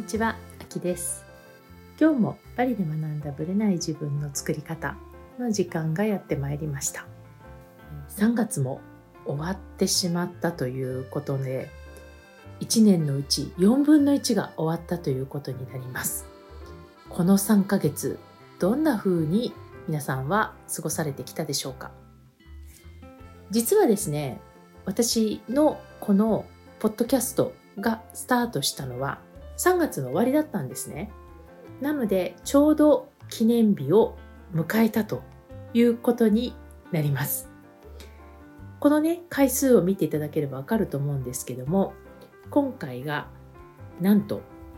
にちは、あきです。今日もパリで学んだブレない自分の作り方の時間がやってまいりました。3月も終わってしまったということで、1年のうち4分の1が終わったということになります。この3ヶ月、どんな風に皆さんは過ごされてきたでしょうか。実はですね、私のこのポッドキャストがスタートしたのは3月の終わりだったんですね。なのでちょうど記念日を迎えたということになります。このね、回数を見ていただければわかると思うんですけども、今回がなんと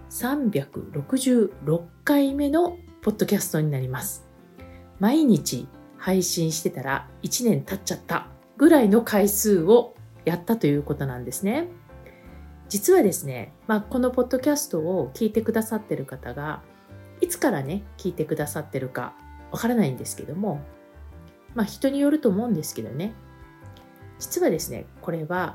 366回目のポッドキャストになります。毎日配信してたら1年経っちゃったぐらいの回数をやったということなんですね。実はですね、このポッドキャストを聞いてくださってる方がいつからね聞いてくださってるかわからないんですけども、人によると思うんですけどね、実はですね、これは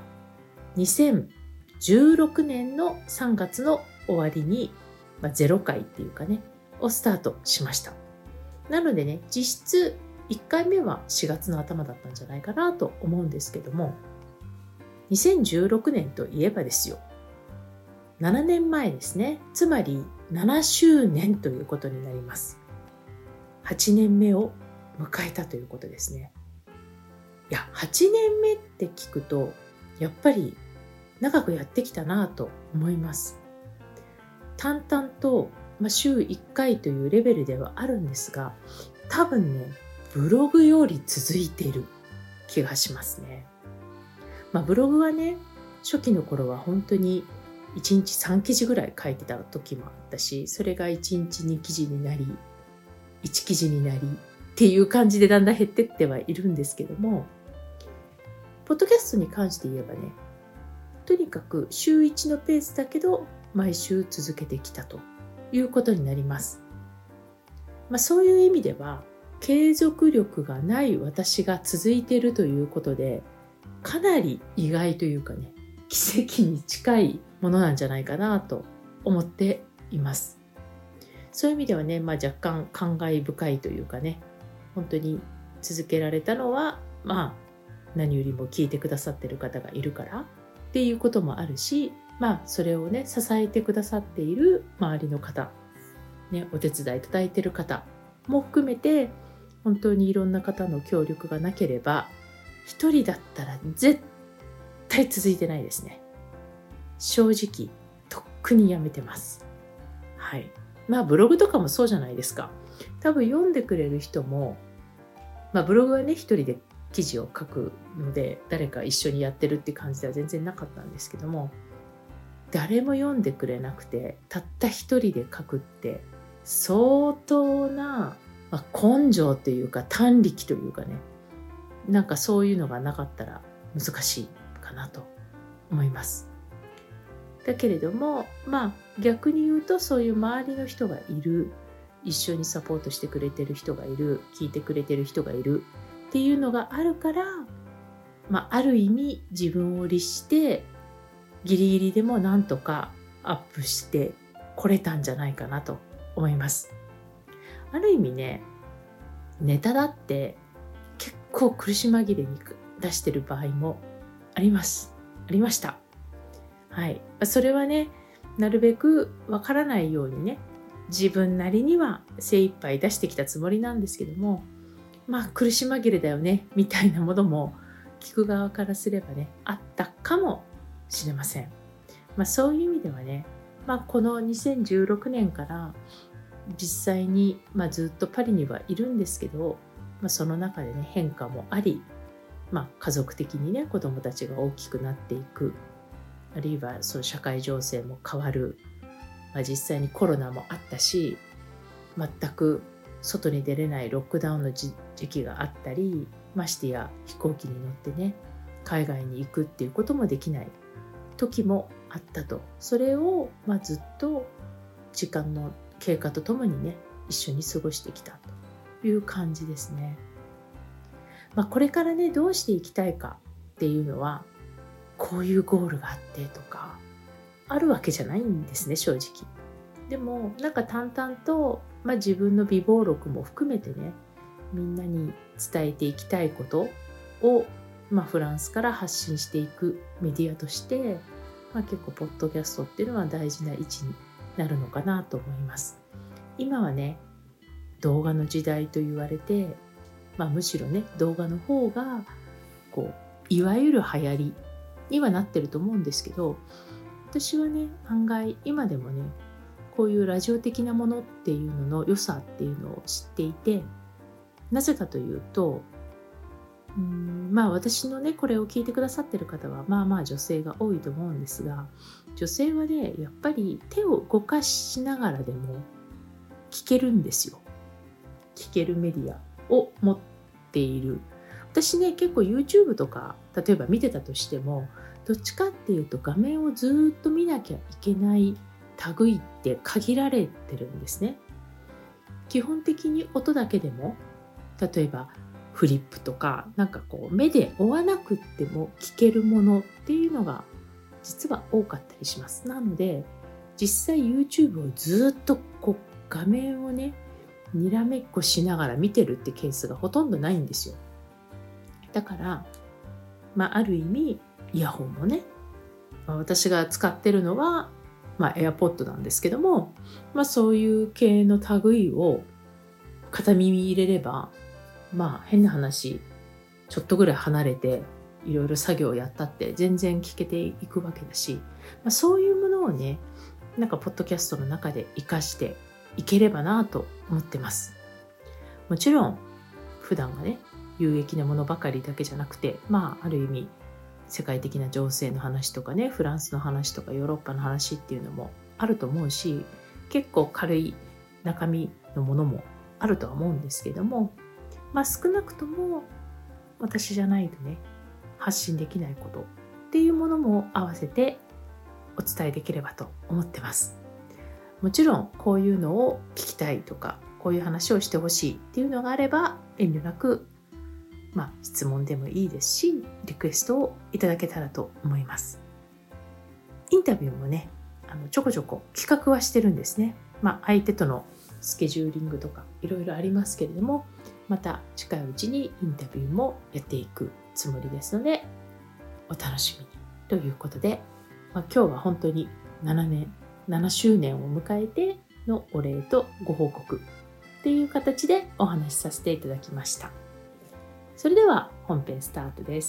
2016年の3月の終わりに、0回っていうかねをスタートしました。なのでね、実質1回目は4月の頭だったんじゃないかなと思うんですけども、2016年といえばですよ、7年前ですね。つまり7周年ということになります。8年目を迎えたということですね。いや、8年目って聞くとやっぱり長くやってきたなと思います。淡々と、週1回というレベルではあるんですが、多分ね、ブログより続いている気がしますね。ブログはね、初期の頃は本当に1日3記事ぐらい書いてた時もあったし、それが1日2記事になり、1記事になりっていう感じでだんだん減ってってはいるんですけども、ポッドキャストに関して言えばね、とにかく週1のペースだけど毎週続けてきたということになります。そういう意味では継続力がない私が続いているということで、かなり意外というかね、奇跡に近いものなんじゃないかなと思っています。そういう意味ではね、若干感慨深いというかね、本当に続けられたのは、何よりも聞いてくださっている方がいるからっていうこともあるし、それをね、支えてくださっている周りの方、ね、お手伝いいただいている方も含めて、本当にいろんな方の協力がなければ、一人だったら絶対続いてないですね。正直、とっくにやめてます。はい。ブログとかもそうじゃないですか。多分読んでくれる人も、ブログはね、一人で記事を書くので、誰か一緒にやってるって感じでは全然なかったんですけども、誰も読んでくれなくて、たった一人で書くって、相当な、根性というか胆力というかね、そういうのがなかったら難しいかなと思います。だけれども、逆に言うと、そういう周りの人がいる、一緒にサポートしてくれてる人がいる、聞いてくれてる人がいるっていうのがあるから、ある意味自分を律してギリギリでもなんとかアップしてこれたんじゃないかなと思います。ある意味ね、ネタだって結構苦し紛れに出してる場合もありました。はい。それはね、なるべくわからないようにね、自分なりには精一杯出してきたつもりなんですけども、苦し紛れだよねみたいなものも聞く側からすればね、あったかもしれません。そういう意味ではね、この2016年から実際に、ずっとパリにはいるんですけど、その中でね、変化もあり、家族的にね、子供たちが大きくなっていく、あるいはそう社会情勢も変わる、実際にコロナもあったし、全く外に出れないロックダウンの時期があったり、ましてや飛行機に乗ってね、海外に行くっていうこともできない時もあったと。それをずっと時間の経過とともにね、一緒に過ごしてきたという感じですね。これからね、どうしていきたいかっていうのは、こういうゴールがあってとかあるわけじゃないんですね、正直。 でもなんか淡々と、自分の備忘録も含めてね、みんなに伝えていきたいことを、フランスから発信していくメディアとして、結構ポッドキャストっていうのは大事な位置になるのかなと思います。今はね、動画の時代と言われて、むしろね、動画の方がいわゆる流行りにはなってると思うんですけど、私はね、案外今でもね、こういうラジオ的なものっていうのの良さっていうのを知っていて、なぜかというと、私のね、これを聞いてくださってる方は女性が多いと思うんですが、女性はね、やっぱり手を動かしながらでも聞けるんですよ。聞けるメディアを持っている。私ね、結構 YouTube とか例えば見てたとしても、どっちかっていうと画面をずっと見なきゃいけない類って限られてるんですね。基本的に音だけでも、例えばフリップとか目で追わなくっても聞けるものっていうのが実は多かったりします。なので実際 YouTube をずっと画面をね、にらめっこしながら見てるってケースがほとんどないんですよ。だからある意味イヤホンもね、私が使ってるのはAirPod なんですけども、そういう系の類を片耳入れれば、変な話、ちょっとぐらい離れていろいろ作業をやったって全然聞けていくわけだし、そういうものをね、ポッドキャストの中で活かしていければなと思ってます。もちろん普段がね、有益なものばかりだけじゃなくて、ある意味世界的な情勢の話とかね、フランスの話とかヨーロッパの話っていうのもあると思うし、結構軽い中身のものもあるとは思うんですけども、少なくとも私じゃないとね、発信できないことっていうものも合わせてお伝えできればと思ってます。もちろんこういうのを聞きたいとか、こういう話をしてほしいっていうのがあれば遠慮なく質問でもいいですし、リクエストをいただけたらと思います。インタビューもね、ちょこちょこ企画はしてるんですね。相手とのスケジューリングとかいろいろありますけれども、また近いうちにインタビューもやっていくつもりですので、お楽しみにということで、今日は本当に7周年を迎えてのお礼とご報告っていう形でお話しさせていただきました。それでは本編スタートです。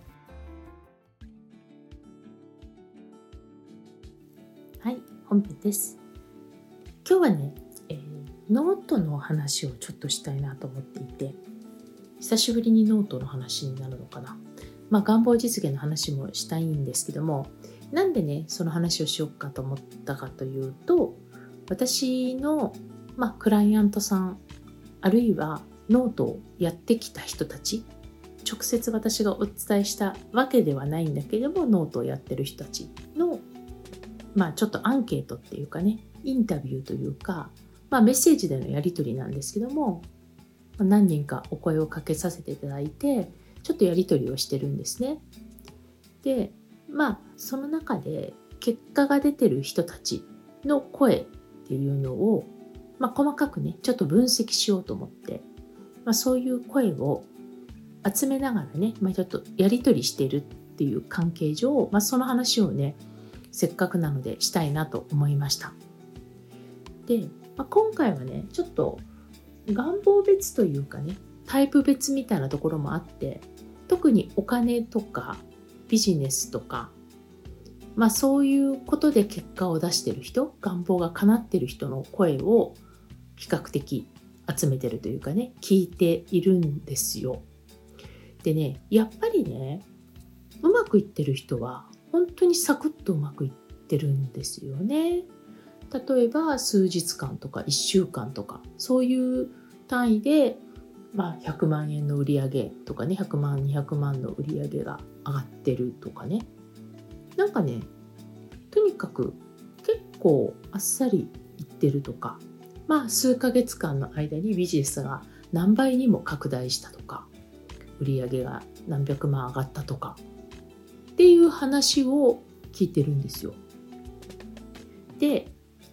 はい、本編です。今日はね、ノートの話をちょっとしたいなと思っていて、久しぶりにノートの話になるのかな。願望実現の話もしたいんですけども、なんでね、その話をしようかと思ったかというと、私の、クライアントさん、あるいはノートをやってきた人たち、直接私がお伝えしたわけではないんだけども、ノートをやってる人たちの、ちょっとアンケートっていうかね、インタビューというか、メッセージでのやり取りなんですけども、何人かお声をかけさせていただいて、ちょっとやり取りをしてるんですね。で、その中で結果が出てる人たちの声っていうのを、細かくね、ちょっと分析しようと思って、そういう声を集めながらね、ちょっとやり取りしているっていう関係上、その話をね、せっかくなのでしたいなと思いました。で、今回はね、ちょっと願望別というかね、タイプ別みたいなところもあって、特にお金とかビジネスとか、そういうことで結果を出している人、願望が叶っている人の声を比較的集めてるというかね、聞いているんですよ。でね、やっぱりね、うまくいってる人は本当にサクッとうまくいってるんですよね。例えば数日間とか1週間とか、そういう単位で、100万円の売り上げとかね、100万200万の売り上げが上がってるとかね、とにかく結構あっさりいってるとか、数ヶ月間の間にビジネスが何倍にも拡大したとか、売り上げが何百万上がったとかっていう話を聞いてるんですよ。で、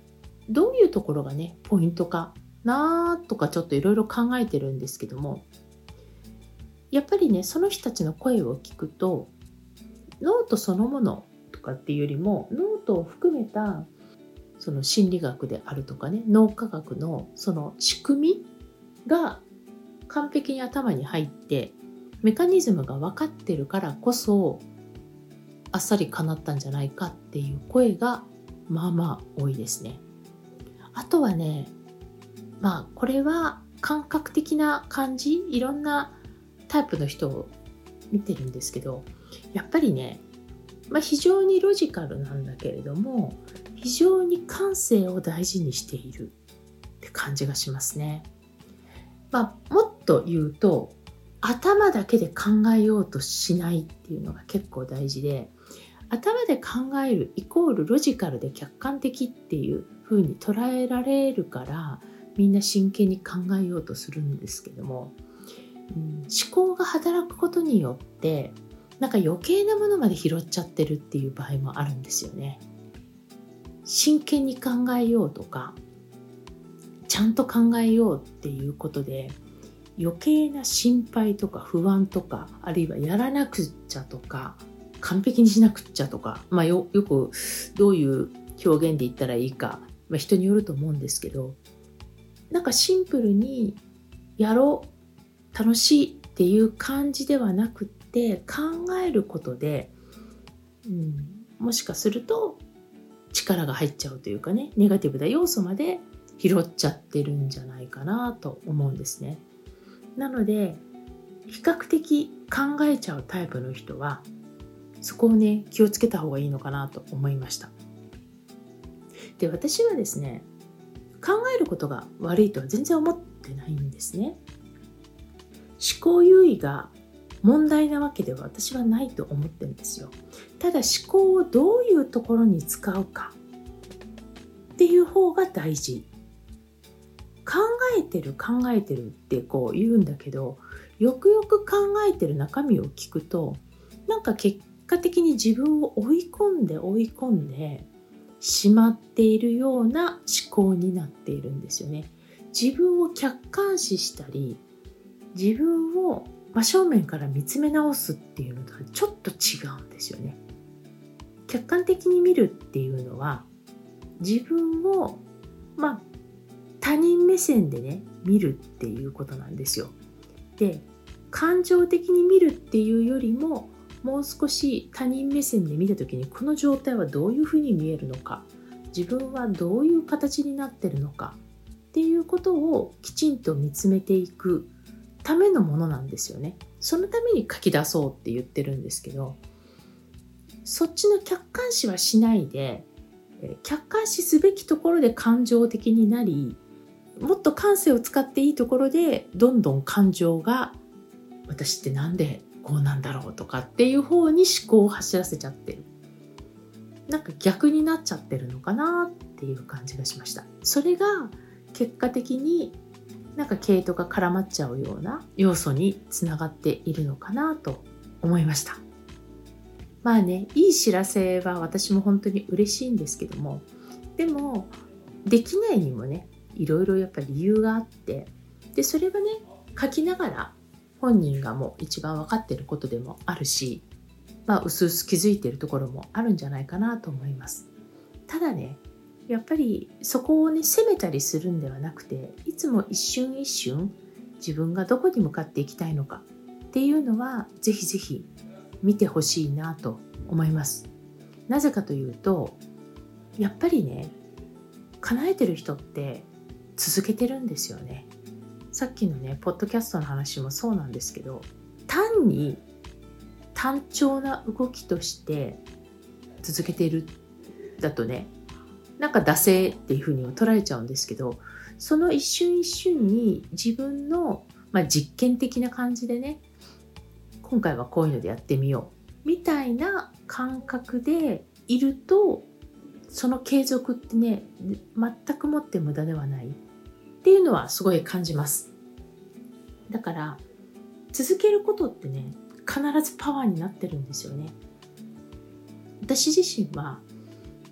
どういうところがねポイントかなとかちょっといろいろ考えてるんですけども、やっぱりねその人たちの声を聞くと、ノートそのものとかっていうよりも、ノートを含めたその心理学であるとかね、脳科学のその仕組みが完璧に頭に入って、メカニズムが分かってるからこそあっさり叶ったんじゃないかっていう声がまあまあ多いですね。あとはね、これは感覚的な感じ、いろんなタイプの人を見てるんですけど、やっぱりね、非常にロジカルなんだけれども、非常に感性を大事にしているって感じがしますね。もっと言うと、頭だけで考えようとしないっていうのが結構大事で、頭で考えるイコールロジカルで客観的っていう風に捉えられるから、みんな真剣に考えようとするんですけども、思考が働くことによって余計なものまで拾っちゃってるっていう場合もあるんですよね。真剣に考えようとかちゃんと考えようっていうことで、余計な心配とか不安とか、あるいはやらなくっちゃとか完璧にしなくっちゃとか、よくどういう表現で言ったらいいか、人によると思うんですけど、シンプルにやろう、楽しいっていう感じではなくって考えることで、もしかすると力が入っちゃうというかね、ネガティブな要素まで拾っちゃってるんじゃないかなと思うんですね。なので比較的考えちゃうタイプの人はそこをね気をつけた方がいいのかなと思いました。で、私はですね、考えることが悪いとは全然思ってないんですね。思考優位が問題なわけでは私はないと思ってるんですよ。ただ思考をどういうところに使うかっていう方が大事。考えてるってこう言うんだけど、よくよく考えてる中身を聞くと、結果的に自分を追い込んでしまっているような思考になっているんですよね。自分を客観視したり、自分を真正面から見つめ直すっていうのとはちょっと違うんですよね。客観的に見るっていうのは、自分を他人目線でね見るっていうことなんですよ。で、感情的に見るっていうよりも、もう少し他人目線で見た時に、この状態はどういうふうに見えるのか、自分はどういう形になってるのかっていうことをきちんと見つめていくためのものなんですよね。そのために書き出そうって言ってるんですけど、そっちの客観視はしないで、客観視すべきところで感情的になり、もっと感性を使っていいところでどんどん感情が、私ってなんでこうなんだろうとかっていう方に思考を走らせちゃってる、逆になっちゃってるのかなっていう感じがしました。それが結果的に毛糸が絡まっちゃうような要素につながっているのかなと思いました。いい知らせは私も本当に嬉しいんですけども、でもできないにもね、いろいろやっぱり理由があって、でそれがね書きながら本人がもう一番分かっていることでもあるし、うすうす気づいているところもあるんじゃないかなと思います。ただね、やっぱりそこをね責めたりするんではなくて、いつも一瞬一瞬自分がどこに向かっていきたいのかっていうのはぜひぜひ見てほしいなと思います。なぜかというと、やっぱりね、叶えてる人って続けてるんですよね。さっきのねポッドキャストの話もそうなんですけど、単に単調な動きとして続けているだとね、惰性っていう風にも捉えちゃうんですけど、その一瞬一瞬に自分の、実験的な感じでね、今回はこういうのでやってみようみたいな感覚でいると、その継続ってね全くもって無駄ではないっていうのはすごい感じます。だから続けることってね必ずパワーになってるんですよね。私自身は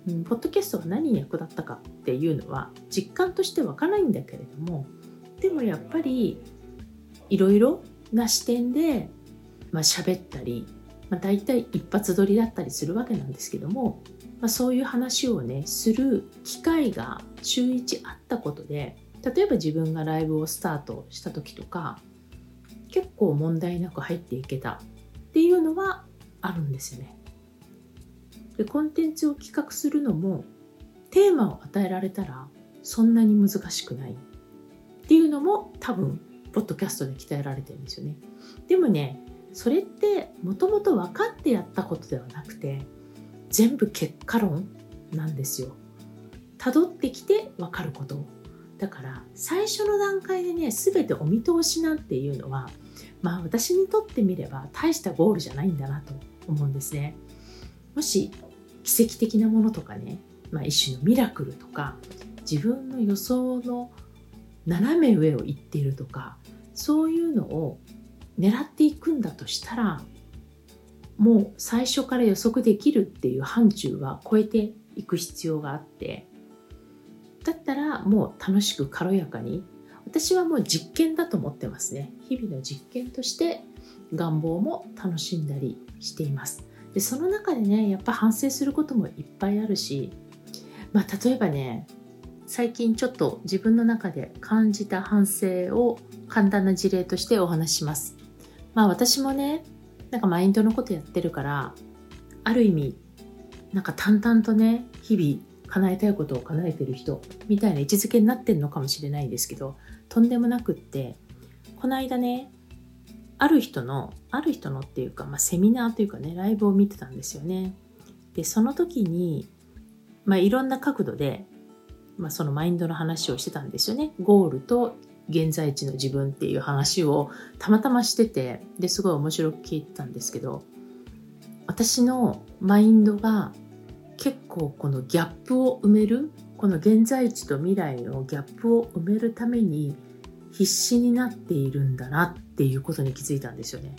ポッドキャストが何に役立ったかっていうのは実感としてわからないんだけれども、でもやっぱりいろいろな視点で喋ったり、大体一発撮りだったりするわけなんですけども、そういう話をねする機会が週1あったことで、例えば自分がライブをスタートした時とか結構問題なく入っていけたっていうのはあるんですよね。でコンテンツを企画するのもテーマを与えられたらそんなに難しくないっていうのも多分ポッドキャストで鍛えられてるんですよね。でもね、それってもともと分かってやったことではなくて、全部結果論なんですよ。辿ってきて分かることだから、最初の段階でね全てお見通しなんていうのは私にとってみれば大したゴールじゃないんだなと思うんですね。もし奇跡的なものとかね、一種のミラクルとか自分の予想の斜め上を行っているとか、そういうのを狙っていくんだとしたら、もう最初から予測できるっていう範疇は超えていく必要があって、だったらもう楽しく軽やかに、私はもう実験だと思ってますね。日々の実験として願望も楽しんだりしています。でその中でね、やっぱ反省することもいっぱいあるし、例えばね、最近ちょっと自分の中で感じた反省を簡単な事例としてお話しします。私もね、マインドのことやってるから、ある意味淡々とね、日々叶えたいことを叶えてる人みたいな位置づけになってるのかもしれないんですけど、とんでもなくって、この間ね、ある人のっていうか、セミナーというかね、ライブを見てたんですよね。でその時に、いろんな角度で、そのマインドの話をしてたんですよね。ゴールと現在地の自分っていう話をたまたましてて、ですごい面白く聞いてたんですけど、私のマインドが結構このギャップを埋める、この現在地と未来のギャップを埋めるために必死になっているんだなっていうことに気づいたんですよね。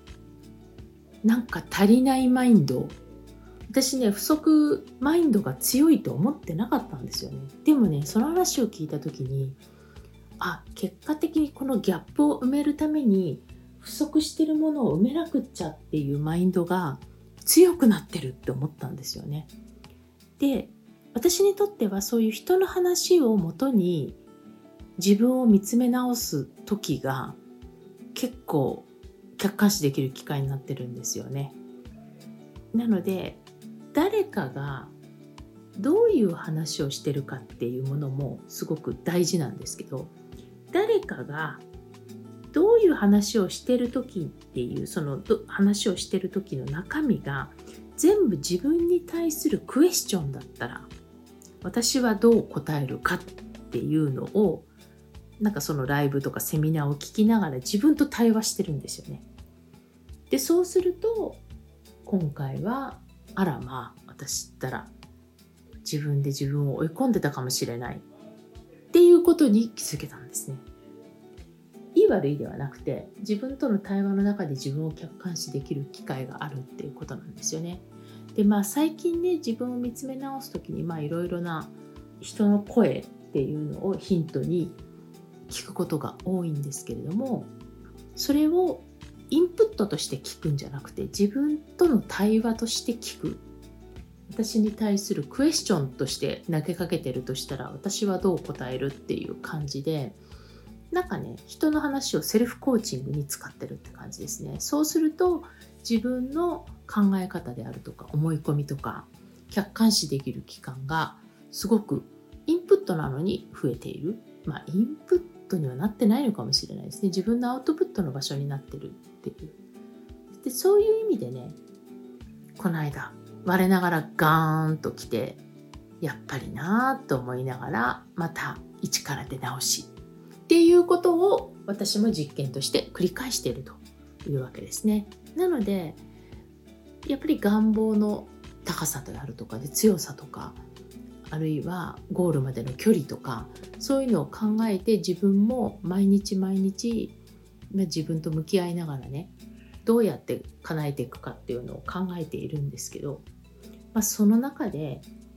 足りないマインド、私ね、不足マインドが強いと思ってなかったんですよね。でもね、その話を聞いた時に、結果的にこのギャップを埋めるために不足してるものを埋めなくっちゃっていうマインドが強くなってるって思ったんですよね。で、私にとってはそういう人の話をもとに自分を見つめ直す時が結構客観視できる機会になってるんですよね。なので、誰かがどういう話をしてるかっていうものもすごく大事なんですけど、誰かがどういう話をしてる時っていう、その話をしてる時の中身が全部自分に対するクエスチョンだったら、私はどう答えるかっていうのを、そのライブとかセミナーを聞きながら自分と対話してるんですよね。でそうすると、今回は私ったら自分で自分を追い込んでたかもしれないっていうことに気づけたんですね。いい悪いではなくて、自分との対話の中で自分を客観視できる機会があるっていうことなんですよね。で最近ね、自分を見つめ直すときにいろいろな人の声っていうのをヒントに聞くことが多いんですけれども、それをインプットとして聞くんじゃなくて、自分との対話として聞く。私に対するクエスチョンとして投げかけてるとしたら、私はどう答えるっていう感じで、人の話をセルフコーチングに使ってるって感じですね。そうすると、自分の考え方であるとか思い込みとか客観視できる期間がすごくインプットなのに増えている。インプットにはなってないのかもしれないですね。自分のアウトプットの場所になってるっていう。でそういう意味でね、この間我ながらガーンと来て、やっぱりなぁと思いながら、また一から出直しっていうことを私も実験として繰り返しているというわけですね。なので、やっぱり願望の高さであるとかで強さとか、あるいはゴールまでの距離とか、そういうのを考えて、自分も毎日毎日自分と向き合いながらね、どうやって叶えていくかっていうのを考えているんですけど、その中で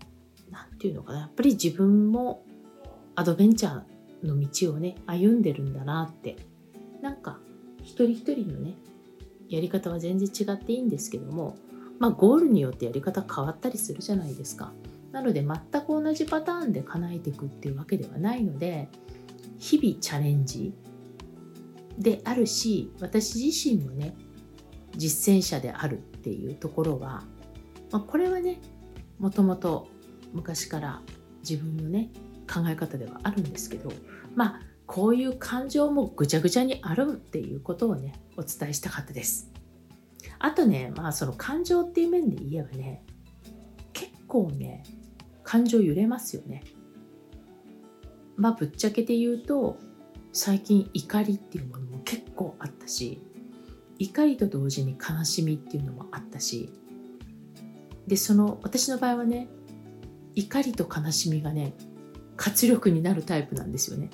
なんていうのかな、やっぱり自分もアドベンチャーの道をね歩んでるんだなって、なんか一人一人のねやり方は全然違っていいんですけども、ゴールによってやり方変わったりするじゃないですか。なので全く同じパターンで叶えていくっていうわけではないので、日々チャレンジであるし、私自身もね実践者であるっていうところは、これはねもともと昔から自分のね考え方ではあるんですけど、こういう感情もぐちゃぐちゃにあるっていうことをねお伝えしたかったです。あとね、その感情っていう面で言えばね、結構ね感情揺れますよね。ぶっちゃけて言うと、最近怒りっていうものも結構あったし、怒りと同時に悲しみっていうのもあったし、で私の場合はね、怒りと悲しみがね活力になるタイプなんですよね。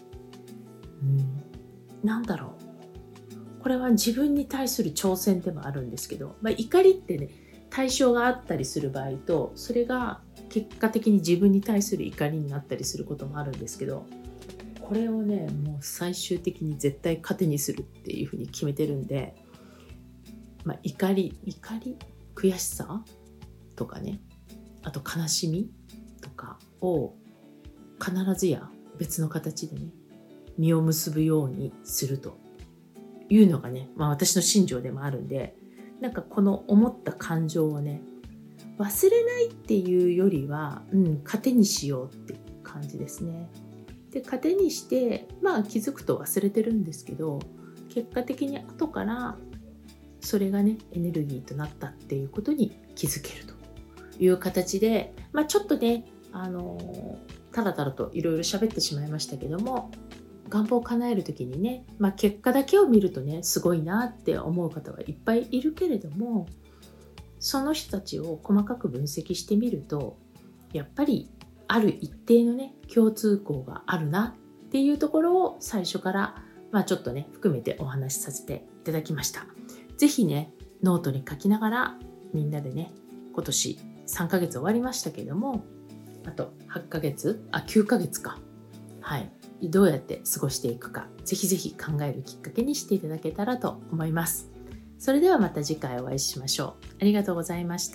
なんだろう、これは自分に対する挑戦でもあるんですけど、怒りってね対象があったりする場合と、それが結果的に自分に対する怒りになったりすることもあるんですけど、これをねもう最終的に絶対糧にするっていうふうに決めてるんで、怒り悔しさとかね、あと悲しみとかを必ずや別の形でね実を結ぶようにするというのがね、私の信条でもあるんで、なんかこの思った感情をね忘れないっていうよりは、糧にしようって感じですね。で糧にして気づくと忘れてるんですけど、結果的に後からそれがねエネルギーとなったっていうことに気づけるという形で、ちょっとねたらたらといろいろ喋ってしまいましたけども、願望を叶える時にね、結果だけを見るとねすごいなって思う方はいっぱいいるけれども、その人たちを細かく分析してみると、やっぱりある一定のね共通項があるなっていうところを最初からちょっとね含めてお話しさせていただきました。ぜひねノートに書きながら、みんなでね今年3ヶ月終わりましたけども、あと9ヶ月か、どうやって過ごしていくか、ぜひぜひ考えるきっかけにしていただけたらと思います。それではまた次回お会いしましょう。ありがとうございました。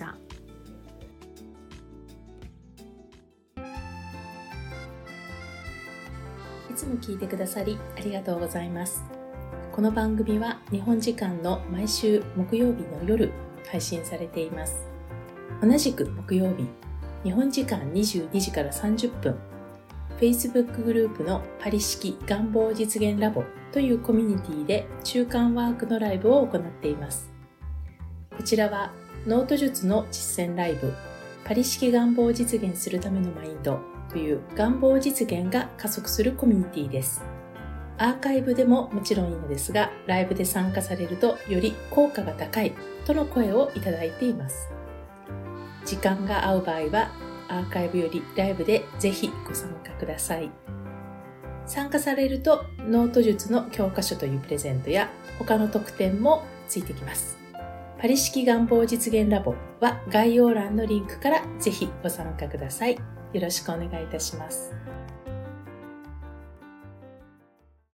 いつも聞いてくださりありがとうございます。この番組は日本時間の毎週木曜日の夜配信されています。同じく木曜日、日本時間22時から30分、Facebook グループのパリ式願望実現ラボというコミュニティで中間ワークのライブを行っています。こちらはノート術の実践ライブ、パリ式願望を実現するためのマインドという願望実現が加速するコミュニティです。アーカイブでももちろんいいのですが、ライブで参加されるとより効果が高いとの声をいただいています。時間が合う場合はアーカイブよりライブでぜひご参加ください。参加されるとノート術の教科書というプレゼントや他の特典もついてきます。パリ式願望実現ラボは概要欄のリンクからぜひご参加ください。よろしくお願いいたします。